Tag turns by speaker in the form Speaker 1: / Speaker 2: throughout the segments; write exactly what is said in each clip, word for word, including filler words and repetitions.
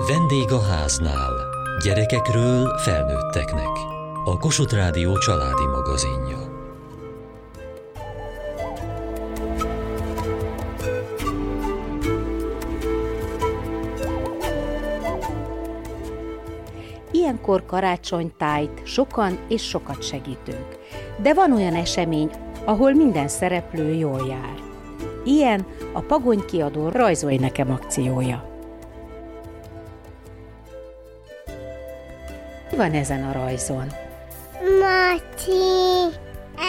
Speaker 1: Vendég a háznál. Gyerekekről felnőtteknek. A Kossuth Rádió családi magazinja.
Speaker 2: Ilyenkor karácsonytájt sokan és sokat segítünk. De van olyan esemény, ahol minden szereplő jól jár. Ilyen a Pagony Kiadó Rajzolj nekem akciója. Mi van ezen a rajzon?
Speaker 3: Marci,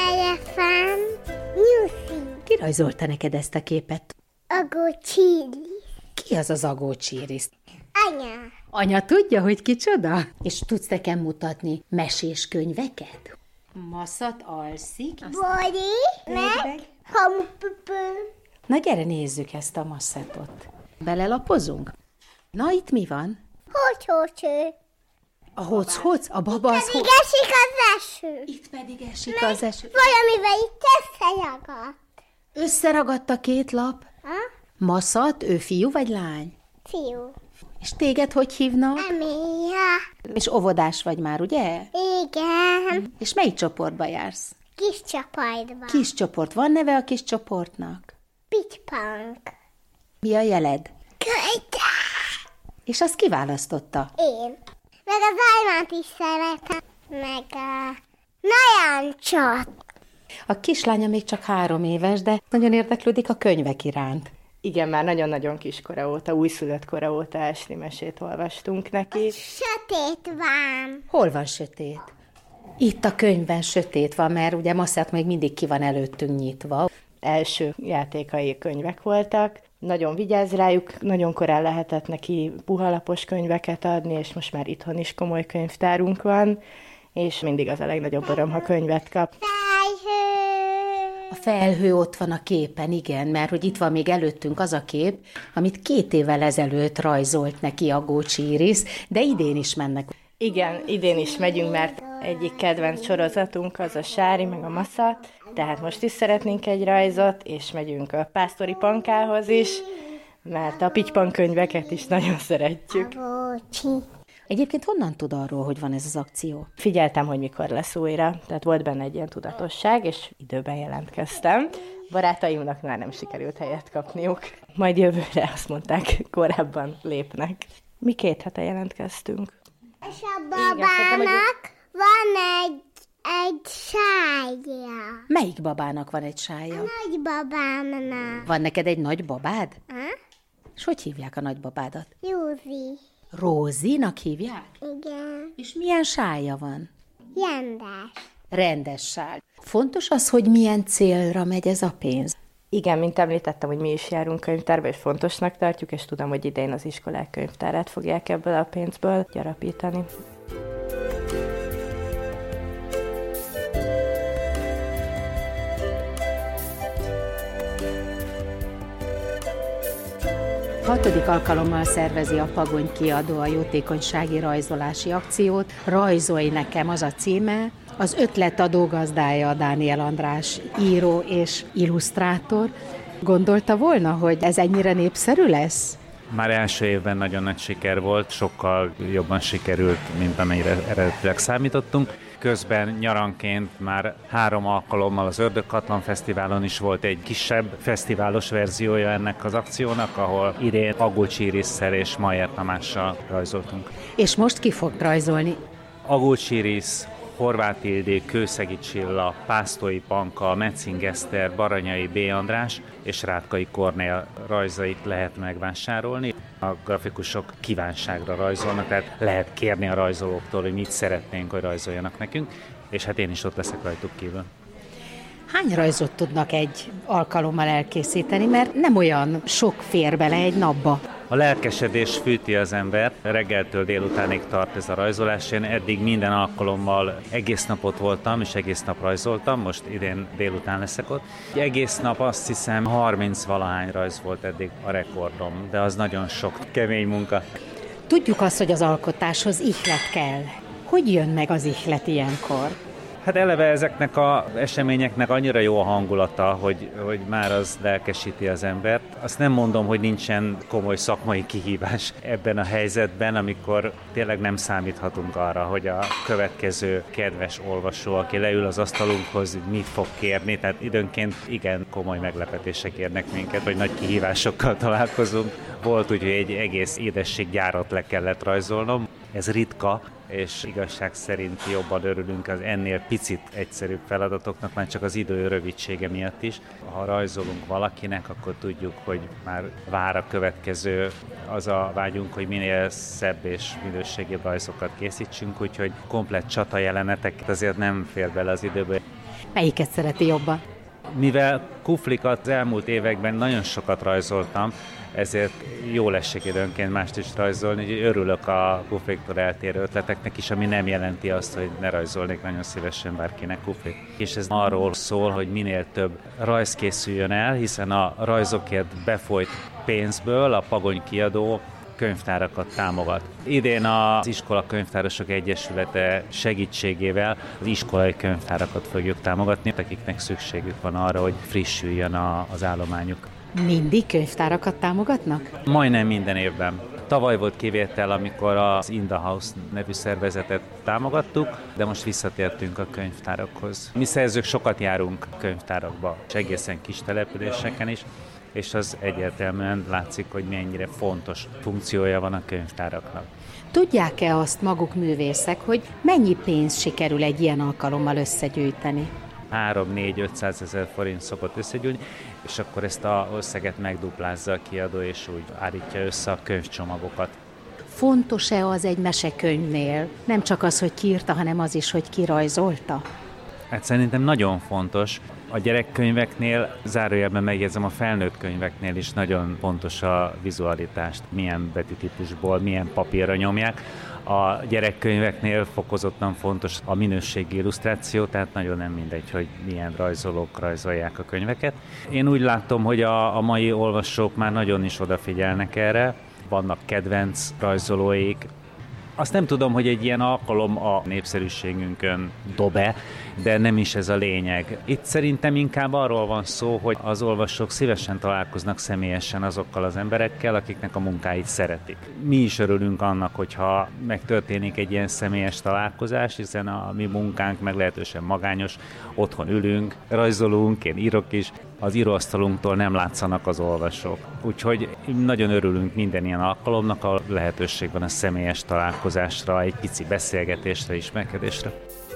Speaker 3: elefánt, nyuszi.
Speaker 2: Ki rajzolta neked ezt a képet?
Speaker 3: Agó csíri.
Speaker 2: Ki az az Agó Csiris?
Speaker 3: Anya.
Speaker 2: Anya tudja, hogy kicsoda? És tudsz nekem mutatni mesés könyveket? Maszat alszik.
Speaker 3: Bori, meg hamupupő.
Speaker 2: Na gyere, nézzük ezt a masszatot. Belelapozunk? Na, itt mi van?
Speaker 3: Hogy, hogy, hogy.
Speaker 2: A hoc-hoc, a baba az
Speaker 3: Pedig
Speaker 2: hoc.
Speaker 3: esik az eső.
Speaker 2: Itt pedig esik az eső.
Speaker 3: Valamivel itt összejagadt.
Speaker 2: Összeragadt a két lap.
Speaker 3: Ha?
Speaker 2: Maszat, ő fiú vagy lány?
Speaker 3: Fiú.
Speaker 2: És téged hogy hívnak?
Speaker 3: Emília.
Speaker 2: És óvodás vagy már, ugye?
Speaker 3: Igen.
Speaker 2: És melyik csoportba jársz?
Speaker 3: Kis csoportban.
Speaker 2: Kis csoport. Van neve a kis csoportnak?
Speaker 3: Pitypank.
Speaker 2: Mi a jeled?
Speaker 3: Kölyte.
Speaker 2: És azt kiválasztotta?
Speaker 3: Én. Meg az Almát is szeretem. Meg a Najancsot.
Speaker 2: A kislánya még csak három éves, de nagyon érdeklődik a könyvek iránt.
Speaker 4: Igen, már nagyon-nagyon kiskora óta, újszülött kora óta Esli mesét olvastunk neki.
Speaker 3: Sötét van.
Speaker 2: Hol van sötét? Itt a könyvben sötét van, mert ugye Masszát még mindig ki van előttünk nyitva.
Speaker 4: Első játékai könyvek voltak. Nagyon vigyáz rájuk, nagyon korán lehetett neki puhalapos könyveket adni, és most már itthon is komoly könyvtárunk van, és mindig az a legnagyobb öröm, ha könyvet kap.
Speaker 3: Felhő.
Speaker 2: A felhő ott van a képen, igen, mert hogy itt van még előttünk az a kép, amit két évvel ezelőtt rajzolt neki Agó Csiris, de idén is mennek.
Speaker 4: Igen, idén is megyünk, mert egyik kedvenc sorozatunk az a Sári, meg a Masza, tehát most is szeretnénk egy rajzot, és megyünk a Pásztori Pankához is, mert a Pitypan könyveket is nagyon szeretjük.
Speaker 3: Bocsi.
Speaker 2: Egyébként honnan tud arról, hogy van ez az akció?
Speaker 4: Figyeltem, hogy mikor lesz újra, tehát volt benne egy ilyen tudatosság, és időben jelentkeztem. Barátaimnak már nem sikerült helyet kapniuk. Majd jövőre azt mondták, korábban lépnek. Mi két hete jelentkeztünk.
Speaker 3: És a babának van egy, egy sája.
Speaker 2: Melyik babának van egy sája?
Speaker 3: A nagybabámnak.
Speaker 2: Van neked egy nagy babád?
Speaker 3: Ha?
Speaker 2: És hogy hívják a nagybabádat?
Speaker 3: Józi.
Speaker 2: Rózinak hívják?
Speaker 3: Igen.
Speaker 2: És milyen sája van?
Speaker 3: Jandás.
Speaker 2: Rendes sál. Fontos az, hogy milyen célra megy ez a pénz.
Speaker 4: Igen, mint említettem, hogy mi is járunk könyvtárba, és fontosnak tartjuk, és tudom, hogy idén az iskolák könyvtárát fogják ebből a pénzből gyarapítani.
Speaker 2: Hatodik alkalommal szervezi a Pagony Kiadó a jótékonysági rajzolási akciót. Rajzolj nekem az a címe. Az ötletadó gazdája a Dániel András, író és illusztrátor. Gondolta volna, hogy ez ennyire népszerű lesz?
Speaker 5: Már első évben nagyon nagy siker volt, sokkal jobban sikerült, mint amennyire eredetileg számítottunk. Közben nyaranként már három alkalommal az Ördögkatlan Fesztiválon is volt egy kisebb fesztiválos verziója ennek az akciónak, ahol idén Agó Csirisszel és Mayer Tamással rajzoltunk.
Speaker 2: És most ki fog rajzolni?
Speaker 5: Agó Csiris, Horváth Ildé, Kőszegi Csilla, Pásztori Panka, Metzing Eszter, Baranyai B. András és Rátkai Kornél rajzait lehet megvásárolni. A grafikusok kívánságra rajzolnak, tehát lehet kérni a rajzolóktól, hogy mit szeretnénk, hogy rajzoljanak nekünk, és hát én is ott leszek rajtuk kívül.
Speaker 2: Hány rajzot tudnak egy alkalommal elkészíteni, mert nem olyan sok fér bele egy napba?
Speaker 5: A lelkesedés fűti az ember, reggeltől délutánig tart ez a rajzolás. Én eddig minden alkalommal egész napot voltam, és egész nap rajzoltam, most idén délután leszek ott. Egész nap azt hiszem harminc valahány rajz volt eddig a rekordom, de az nagyon sok kemény munka.
Speaker 2: Tudjuk azt, hogy az alkotáshoz ihlet kell. Hogy jön meg az ihlet ilyenkor?
Speaker 5: Hát eleve ezeknek az eseményeknek annyira jó a hangulata, hogy, hogy már az lelkesíti az embert. Azt nem mondom, hogy nincsen komoly szakmai kihívás ebben a helyzetben, amikor tényleg nem számíthatunk arra, hogy a következő kedves olvasó, aki leül az asztalunkhoz, mit fog kérni. Tehát időnként igen komoly meglepetések érnek minket, vagy nagy kihívásokkal találkozunk. Volt úgy, hogy egy egész édességgyárat le kellett rajzolnom. Ez ritka, és igazság szerint jobban örülünk az ennél picit egyszerűbb feladatoknak, már csak az idő rövidsége miatt is. Ha rajzolunk valakinek, akkor tudjuk, hogy már vár a következő. Az a vágyunk, hogy minél szebb és minőségibb rajzokat készítsünk, úgyhogy komplett csata jelenetek azért nem fér bele az időbe.
Speaker 2: Melyiket szereti jobban?
Speaker 5: Mivel kuflikat az elmúlt években nagyon sokat rajzoltam, ezért jól esik időnként mást is rajzolni, úgyhogy örülök a kufliktól eltérő ötleteknek is, ami nem jelenti azt, hogy ne rajzolnék nagyon szívesen bárkinek kuflit. És ez arról szól, hogy minél több rajz készüljön el, hiszen a rajzokért befolyt pénzből a Pagony kiadó könyvtárakat támogat. Idén az Iskola Könyvtárosok Egyesülete segítségével az iskolai könyvtárakat fogjuk támogatni, akiknek szükségük van arra, hogy frissüljön a, az állományuk.
Speaker 2: Mindig könyvtárakat támogatnak?
Speaker 5: Majdnem minden évben. Tavaly volt kivétel, amikor az In the House nevű szervezetet támogattuk, de most visszatértünk a könyvtárakhoz. Mi szerzők sokat járunk könyvtárakba, és egészen kis településeken is, és az egyértelműen látszik, hogy mennyire fontos funkciója van a könyvtáraknak.
Speaker 2: Tudják-e azt maguk művészek, hogy mennyi pénz sikerül egy ilyen alkalommal összegyűjteni?
Speaker 5: három-négy-ötszázezer forint szokott összegyűjteni, és akkor ezt az összeget megduplázza a kiadó, és úgy állítja össze a könyvcsomagokat.
Speaker 2: Fontos-e az egy mesekönyvnél? Nem csak az, hogy ki írta, hanem az is, hogy ki rajzolta?
Speaker 5: Hát szerintem nagyon fontos. A gyerekkönyveknél, zárójelben megjegyzem, a felnőtt könyveknél is nagyon fontos a vizualitást, milyen betűtípusból, milyen papírra nyomják. A gyerekkönyveknél fokozottan fontos a minőségi illusztráció, tehát nagyon nem mindegy, hogy milyen rajzolók rajzolják a könyveket. Én úgy látom, hogy a, a mai olvasók már nagyon is odafigyelnek erre, vannak kedvenc rajzolóik. Azt nem tudom, hogy egy ilyen alkalom a népszerűségünkön dob-e, de nem is ez a lényeg. Itt szerintem inkább arról van szó, hogy az olvasók szívesen találkoznak személyesen azokkal az emberekkel, akiknek a munkáit szeretik. Mi is örülünk annak, hogyha megtörténik egy ilyen személyes találkozás, hiszen a mi munkánk meglehetősen magányos, otthon ülünk, rajzolunk, én írok is, az íróasztalunktól nem látszanak az olvasók. Úgyhogy nagyon örülünk minden ilyen alkalomnak, ahol lehetőség van a személyes találkozásra, egy pici beszélgetésre, ismerkedésre.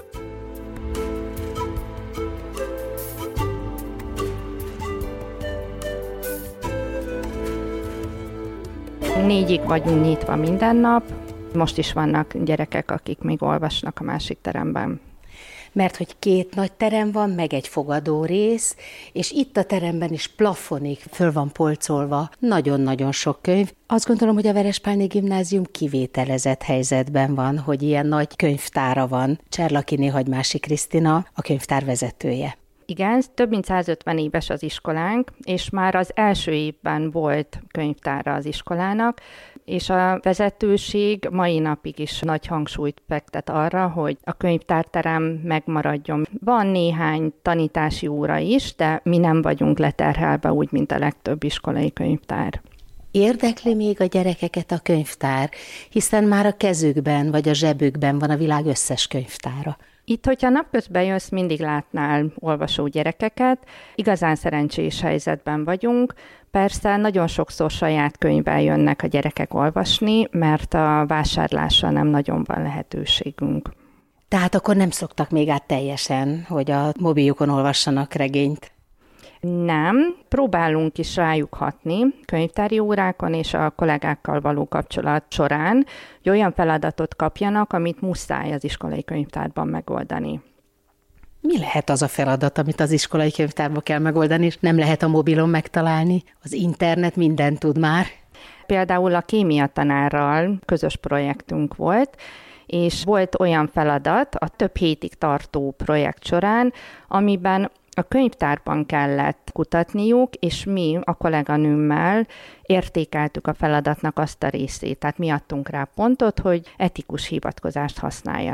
Speaker 6: Négyig vagyunk nyitva minden nap, most is vannak gyerekek, akik még olvasnak a másik teremben.
Speaker 2: Mert hogy két nagy terem van, meg egy fogadó rész, és itt a teremben is plafonig föl van polcolva nagyon-nagyon sok könyv. Azt gondolom, hogy a Verespálné Gimnázium kivételezett helyzetben van, hogy ilyen nagy könyvtára van. Cserlakiné Hagymási Krisztina, a könyvtár vezetője.
Speaker 6: Igen, több mint százötven éves az iskolánk, és már az első évben volt könyvtára az iskolának, és a vezetőség mai napig is nagy hangsúlyt fektet arra, hogy a könyvtárterem megmaradjon. Van néhány tanítási óra is, de mi nem vagyunk leterhelve úgy, mint a legtöbb iskolai könyvtár.
Speaker 2: Érdekli még a gyerekeket a könyvtár, hiszen már a kezükben vagy a zsebükben van a világ összes könyvtára.
Speaker 6: Itt, hogyha napközben jössz, mindig látnál olvasó gyerekeket. Igazán szerencsés helyzetben vagyunk. Persze nagyon sokszor saját könyvvel jönnek a gyerekek olvasni, mert a vásárlásra nem nagyon van lehetőségünk.
Speaker 2: Tehát akkor nem szoktak még át teljesen, hogy a mobiljukon olvassanak regényt?
Speaker 6: Nem, próbálunk is rájuk hatni könyvtári órákon és a kollégákkal való kapcsolat során, hogy olyan feladatot kapjanak, amit muszáj az iskolai könyvtárban megoldani.
Speaker 2: Mi lehet az a feladat, amit az iskolai könyvtárban kell megoldani, és nem lehet a mobilon megtalálni? Az internet mindent tud már.
Speaker 6: Például a kémia tanárral közös projektünk volt, és volt olyan feladat a több hétig tartó projekt során, amiben a könyvtárban kellett kutatniuk, és mi a kolléganőmmel értékeltük a feladatnak azt a részét. Tehát mi adtunk rá pontot, hogy etikus hivatkozást használjanak.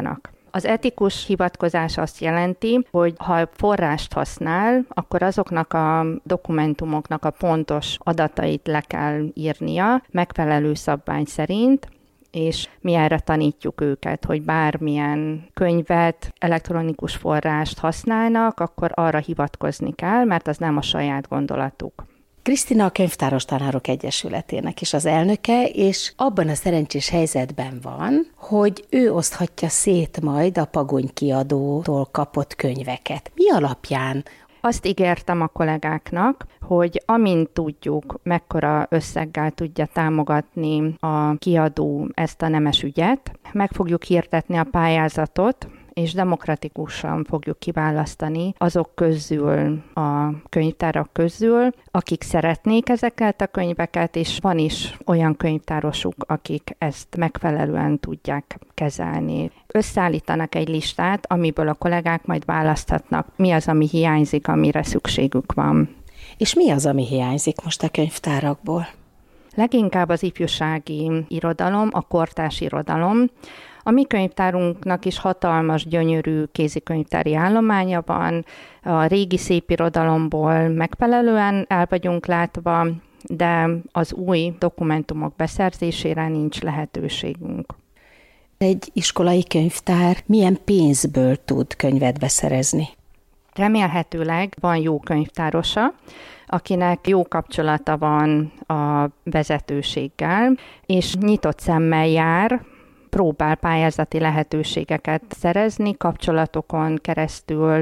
Speaker 6: Az etikus hivatkozás azt jelenti, hogy ha forrást használ, akkor azoknak a dokumentumoknak a pontos adatait le kell írnia, megfelelő szabvány szerint, és mi erre tanítjuk őket, hogy bármilyen könyvet, elektronikus forrást használnak, akkor arra hivatkozni kell, mert az nem a saját gondolatuk.
Speaker 2: Krisztina a Könyvtáros Tanárok Egyesületének is az elnöke, és abban a szerencsés helyzetben van, hogy ő oszthatja szét majd a Pagony Kiadótól kapott könyveket. Mi alapján?
Speaker 6: Azt ígértem a kollégáknak, hogy amint tudjuk, mekkora összeggel tudja támogatni a kiadó ezt a nemes ügyet, meg fogjuk hirdetni a pályázatot, és demokratikusan fogjuk kiválasztani azok közül, a könyvtárak közül, akik szeretnék ezeket a könyveket, és van is olyan könyvtárosuk, akik ezt megfelelően tudják kezelni. Összeállítanak egy listát, amiből a kollégák majd választhatnak, mi az, ami hiányzik, amire szükségük van.
Speaker 2: És mi az, ami hiányzik most a könyvtárakból?
Speaker 6: Leginkább az ifjúsági irodalom, a kortárs irodalom. A mi könyvtárunknak is hatalmas, gyönyörű kézikönyvtári állománya van, a régi szép irodalomból megfelelően el vagyunk látva, de az új dokumentumok beszerzésére nincs lehetőségünk.
Speaker 2: Egy iskolai könyvtár milyen pénzből tud könyvet beszerezni?
Speaker 6: Remélhetőleg van jó könyvtárosa, akinek jó kapcsolata van a vezetőséggel, és nyitott szemmel jár, próbál pályázati lehetőségeket szerezni kapcsolatokon keresztül,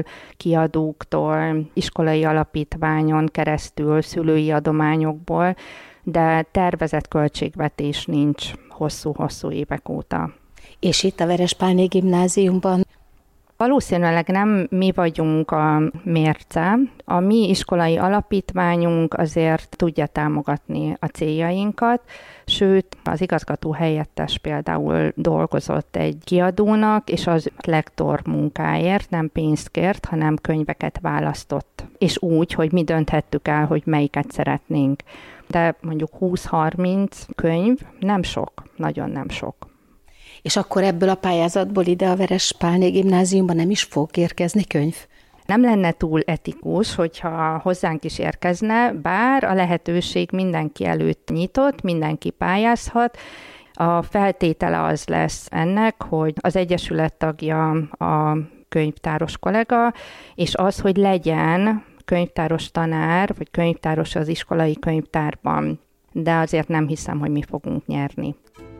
Speaker 6: kiadóktól, iskolai alapítványon keresztül, szülői adományokból, de tervezett költségvetés nincs hosszú-hosszú évek óta.
Speaker 2: És itt a Verespálné Gimnáziumban?
Speaker 6: Valószínűleg nem mi vagyunk a mérce. A mi iskolai alapítványunk azért tudja támogatni a céljainkat, sőt, az igazgató helyettes például dolgozott egy kiadónak, és az lektor munkáért nem pénzt kért, hanem könyveket választott. És úgy, hogy mi dönthettük el, hogy melyiket szeretnénk. De mondjuk húsz-harminc könyv nem sok, nagyon nem sok.
Speaker 2: És akkor ebből a pályázatból ide a Verespálné Gimnáziumban nem is fog érkezni könyv?
Speaker 6: Nem lenne túl etikus, hogyha hozzánk is érkezne, bár a lehetőség mindenki előtt nyitott, mindenki pályázhat. A feltétele az lesz ennek, hogy az egyesület tagja a könyvtáros kollega, és az, hogy legyen könyvtáros tanár, vagy könyvtáros az iskolai könyvtárban. De azért nem hiszem, hogy mi fogunk nyerni.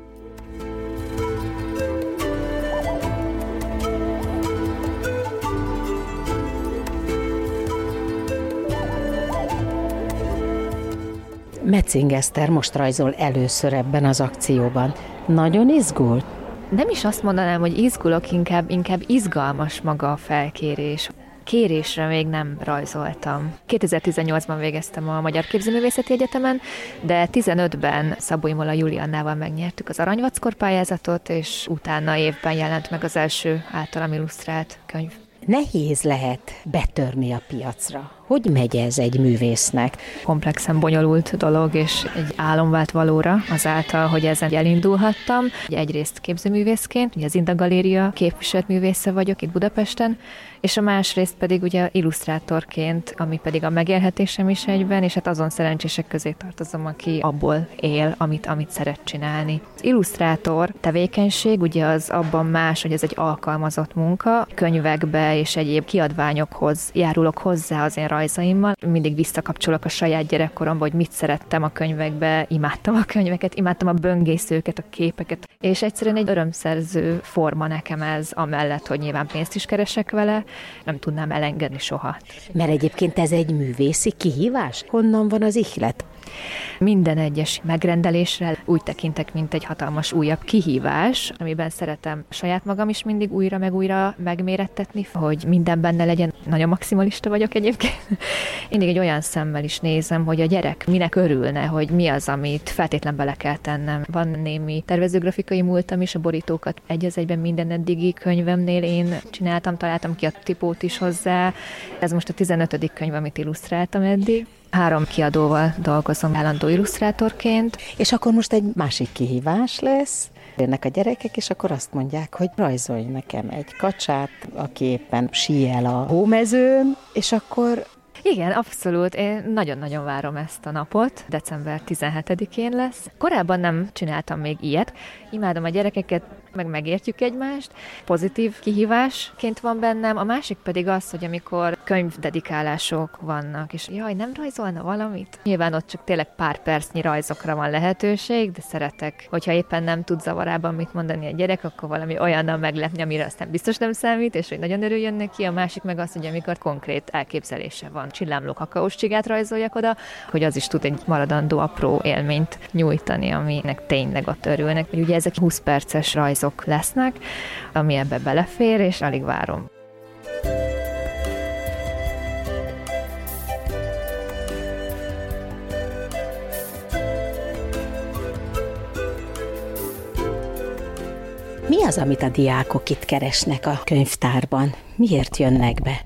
Speaker 2: Metzing Eszter most rajzol először ebben az akcióban. Nagyon izgult?
Speaker 7: Nem is azt mondanám, hogy izgulok, inkább, inkább izgalmas maga a felkérés. Kérésre még nem rajzoltam. kétezer-tizennyolcban végeztem a Magyar Képzőművészeti Egyetemen, de tizenötben Szabó Imola Juliannával megnyertük az Aranyvackor pályázatot, és utána évben jelent meg az első általam illusztrált könyv.
Speaker 2: Nehéz lehet betörni a piacra. Hogy megy ez egy művésznek?
Speaker 7: Komplexen bonyolult dolog, és egy álom vált valóra azáltal, hogy ezen elindulhattam. Egyrészt képzőművészként, ugye az Inda Galéria képviselt művésze vagyok itt Budapesten, és a másrészt pedig ugye illusztrátorként, ami pedig a megélhetésem is egyben, és hát azon szerencsések közé tartozom, aki abból él, amit, amit szeret csinálni. Az illusztrátor tevékenység ugye az abban más, hogy ez egy alkalmazott munka, könyvekbe és egyéb kiadványokhoz járulok hozzá az én rajzaimmal. Mindig visszakapcsolok a saját gyerekkoromba, hogy mit szerettem a könyvekbe, imádtam a könyveket, imádtam a böngészőket, a képeket, és egyszerűen egy örömszerző forma nekem ez, amellett, hogy nyilván pénzt is keresek vele, nem tudnám elengedni soha.
Speaker 2: Mert egyébként ez egy művészi kihívás? Honnan van az ihlet?
Speaker 7: Minden egyes megrendelésre úgy tekintek, mint egy hatalmas újabb kihívás, amiben szeretem saját magam is mindig újra meg újra megmérettetni, hogy minden benne legyen. Nagyon maximalista vagyok egyébként. Mindig egy olyan szemmel is nézem, hogy a gyerek minek örülne, hogy mi az, amit feltétlen bele kell tennem. Van némi tervezőgrafikai múltam is, a borítókat egy az egyben minden eddigi könyvemnél én csináltam, találtam ki a tipót is hozzá. Ez most a tizenötödik könyv, amit illusztráltam eddig. Három kiadóval dolgozom állandó illusztrátorként.
Speaker 2: És akkor most egy másik kihívás lesz. Jönnek a gyerekek, és akkor azt mondják, hogy rajzolj nekem egy kacsát, aki éppen síel a hómezőn, és akkor...
Speaker 7: Igen, abszolút. Én nagyon-nagyon várom ezt a napot. december tizenhetedikén lesz. Korábban nem csináltam még ilyet. Imádom a gyerekeket, meg megértjük egymást. Pozitív kihívásként van bennem. A másik pedig az, hogy amikor könyvdedikálások vannak, és jaj, nem rajzolna valamit? Nyilván ott csak tényleg pár percnyi rajzokra van lehetőség, de szeretek, hogyha éppen nem tud zavarában mit mondani a gyerek, akkor valami olyannal meglepni, amire aztán biztos nem számít, és hogy nagyon örüljön neki. A másik meg az, hogy amikor konkrét elképzelése van, csillámló kakaós csigát rajzoljak oda, hogy az is tud egy maradandó apró élményt nyújtani, aminek tényleg ott örülnek. Ugye ezek húsz perces rajzok lesznek, ami ebbe belefér, és alig várom.
Speaker 2: Mi az, amit a diákok itt keresnek a könyvtárban? Miért jönnek be?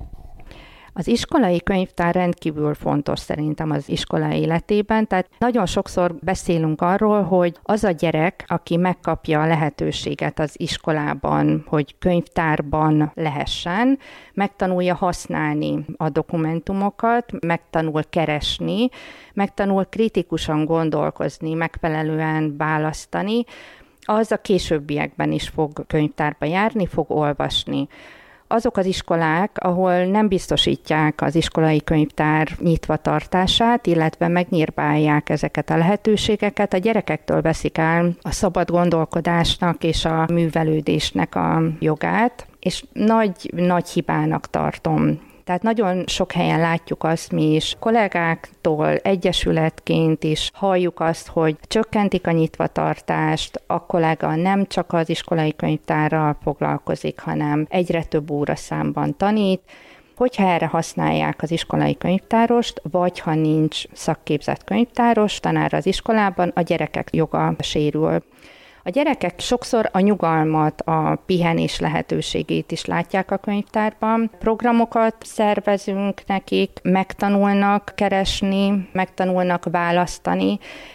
Speaker 6: Az iskolai könyvtár rendkívül fontos szerintem az iskola életében, tehát nagyon sokszor beszélünk arról, hogy az a gyerek, aki megkapja a lehetőséget az iskolában, hogy könyvtárban lehessen, megtanulja használni a dokumentumokat, megtanul keresni, megtanul kritikusan gondolkozni, megfelelően választani, az a későbbiekben is fog könyvtárba járni, fog olvasni. Azok az iskolák, ahol nem biztosítják az iskolai könyvtár nyitva tartását, illetve megnyírbálják ezeket a lehetőségeket, a gyerekektől veszik el a szabad gondolkodásnak és a művelődésnek a jogát, és nagy, nagy hibának tartom. Tehát nagyon sok helyen látjuk azt mi is, kollégáktól, egyesületként is halljuk azt, hogy csökkentik a nyitvatartást, a kollega nem csak az iskolai könyvtárral foglalkozik, hanem egyre több óraszámban tanít. Hogyha erre használják az iskolai könyvtárost, vagy ha nincs szakképzett könyvtáros tanár az iskolában, a gyerekek joga sérül. A gyerekek sokszor a nyugalmat, a pihenés lehetőségét is látják a könyvtárban. Programokat szervezünk nekik, megtanulnak keresni, megtanulnak választani.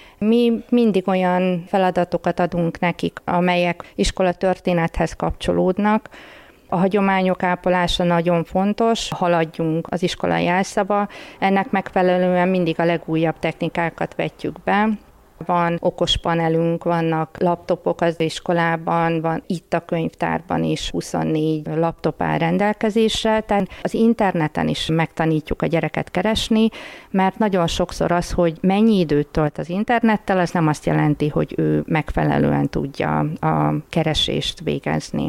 Speaker 6: Mi mindig olyan feladatokat adunk nekik, amelyek iskolatörténethez kapcsolódnak. A hagyományok ápolása nagyon fontos, haladjunk az iskola jelszava, ennek megfelelően mindig a legújabb technikákat vetjük be. Van okos panelünk, vannak laptopok az iskolában, van itt a könyvtárban is huszonnégy laptop áll rendelkezésre, tehát az interneten is megtanítjuk a gyereket keresni, mert nagyon sokszor az, hogy mennyi időt tölt az internettel, az nem azt jelenti, hogy ő megfelelően tudja a keresést végezni.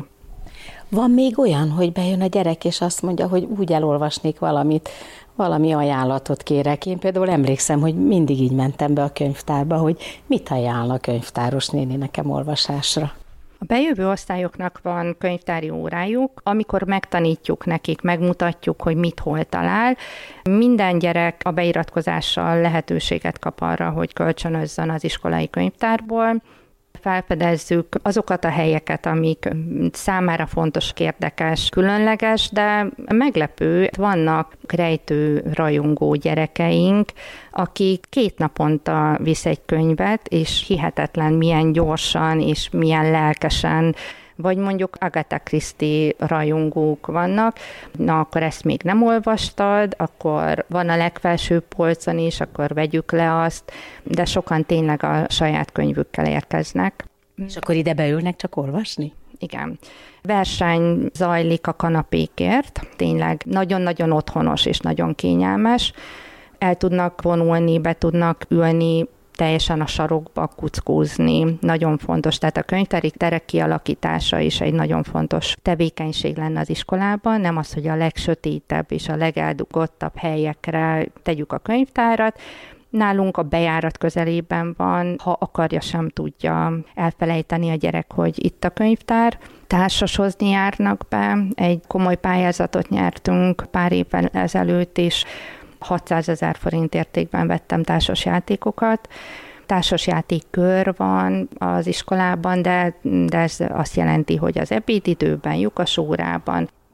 Speaker 2: Van még olyan, hogy bejön a gyerek, és azt mondja, hogy úgy elolvasnék valamit, valami ajánlatot kérek. Én például emlékszem, hogy mindig így mentem be a könyvtárba, hogy mit ajánl a könyvtáros néni nekem olvasásra.
Speaker 6: A bejövő osztályoknak van könyvtári órájuk, amikor megtanítjuk nekik, megmutatjuk, hogy mit hol talál. Minden gyerek a beiratkozással lehetőséget kap arra, hogy kölcsönözzön az iskolai könyvtárból. Felfedezzük azokat a helyeket, amik számára fontos, érdekes, különleges, de meglepő. Vannak rejtő rajongó gyerekeink, akik két naponta visz egy könyvet, és hihetetlen milyen gyorsan és milyen lelkesen, vagy mondjuk Agatha Christie rajongók vannak, na akkor ezt még nem olvastad, akkor van a legfelső polcon is, akkor vegyük le azt, de sokan tényleg a saját könyvükkel érkeznek.
Speaker 2: És akkor ide beülnek csak olvasni?
Speaker 6: Igen. Verseny zajlik a kanapékért, tényleg nagyon-nagyon otthonos és nagyon kényelmes. El tudnak vonulni, be tudnak ülni, teljesen a sarokba kuckózni, nagyon fontos. Tehát a könyvtári terek kialakítása is egy nagyon fontos tevékenység lenne az iskolában, nem az, hogy a legsötétebb és a legeldugottabb helyekre tegyük a könyvtárat. Nálunk a bejárat közelében van, ha akarja, sem tudja elfelejteni a gyerek, hogy itt a könyvtár. Társashozni járnak be, egy komoly pályázatot nyertünk pár évvel ezelőtt is, hatszázezer forint értékben vettem társasjátékokat. Társasjátékkör van az iskolában, de, de ez azt jelenti, hogy az ebédidőben, lyukas órában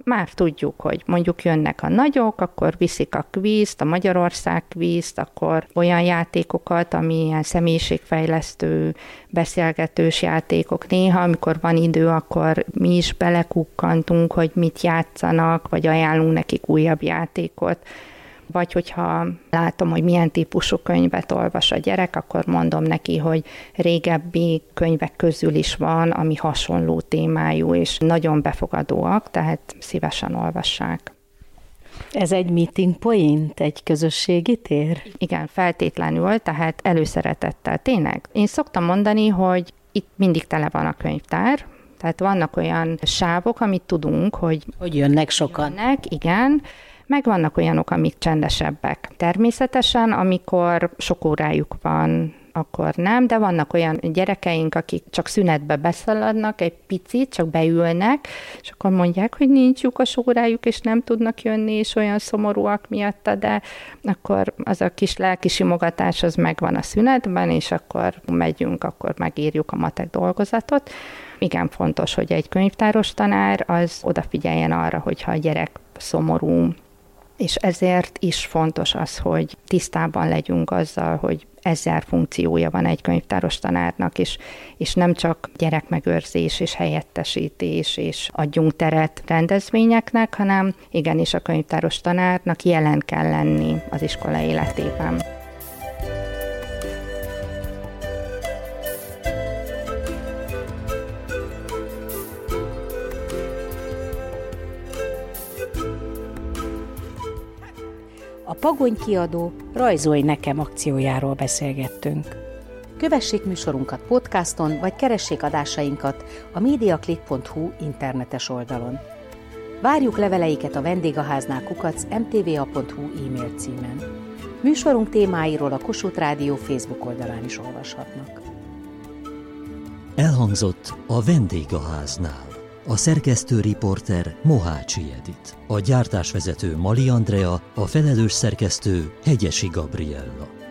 Speaker 6: már tudjuk, hogy mondjuk jönnek a nagyok, akkor viszik a kvízt, a Magyarország kvízt, akkor olyan játékokat, ami ilyen személyiségfejlesztő, beszélgetős játékok. Néha, amikor van idő, akkor mi is belekukkantunk, hogy mit játszanak, vagy ajánlunk nekik újabb játékot. Vagy hogyha látom, hogy milyen típusú könyvet olvas a gyerek, akkor mondom neki, hogy régebbi könyvek közül is van, ami hasonló témájú, és nagyon befogadóak, tehát szívesen olvassák.
Speaker 2: Ez egy meeting point, egy közösségi tér?
Speaker 6: Igen, feltétlenül, tehát előszeretettel. Tényleg, én szoktam mondani, hogy itt mindig tele van a könyvtár, tehát vannak olyan sávok, amit tudunk, hogy,
Speaker 2: hogy jönnek sokan.
Speaker 6: Jönnek, igen, meg vannak olyanok, amik csendesebbek. Természetesen, amikor sok órájuk van, akkor nem, de vannak olyan gyerekeink, akik csak szünetbe beszaladnak, egy picit, csak beülnek, és akkor mondják, hogy nincs lyukas órájuk, és nem tudnak jönni, és olyan szomorúak miatta, de akkor az a kis lelki simogatás, az megvan a szünetben, és akkor megyünk, akkor megírjuk a matek dolgozatot. Igen fontos, hogy egy könyvtáros tanár az odafigyeljen arra, hogyha a gyerek szomorú, és ezért is fontos az, hogy tisztában legyünk azzal, hogy ezer funkciója van egy könyvtáros tanárnak, és, és nem csak gyerekmegőrzés és helyettesítés, és adjunk teret rendezvényeknek, hanem igenis a könyvtáros tanárnak jelen kell lenni az iskola életében.
Speaker 2: A Pagony kiadó Rajzolj nekem akciójáról beszélgettünk. Kövessék műsorunkat podcaston, vagy keressék adásainkat a mediaclick pont hu internetes oldalon. Várjuk leveleiket a vendégháznál kukac em té vé á pont hu e-mail címen. Műsorunk témáiról a Kossuth Rádió Facebook oldalán is olvashatnak.
Speaker 1: Elhangzott a vendégháznál. A szerkesztő riporter Mohácsi Edit, a gyártásvezető Mali Andrea, a felelős szerkesztő Hegyesi Gabriella.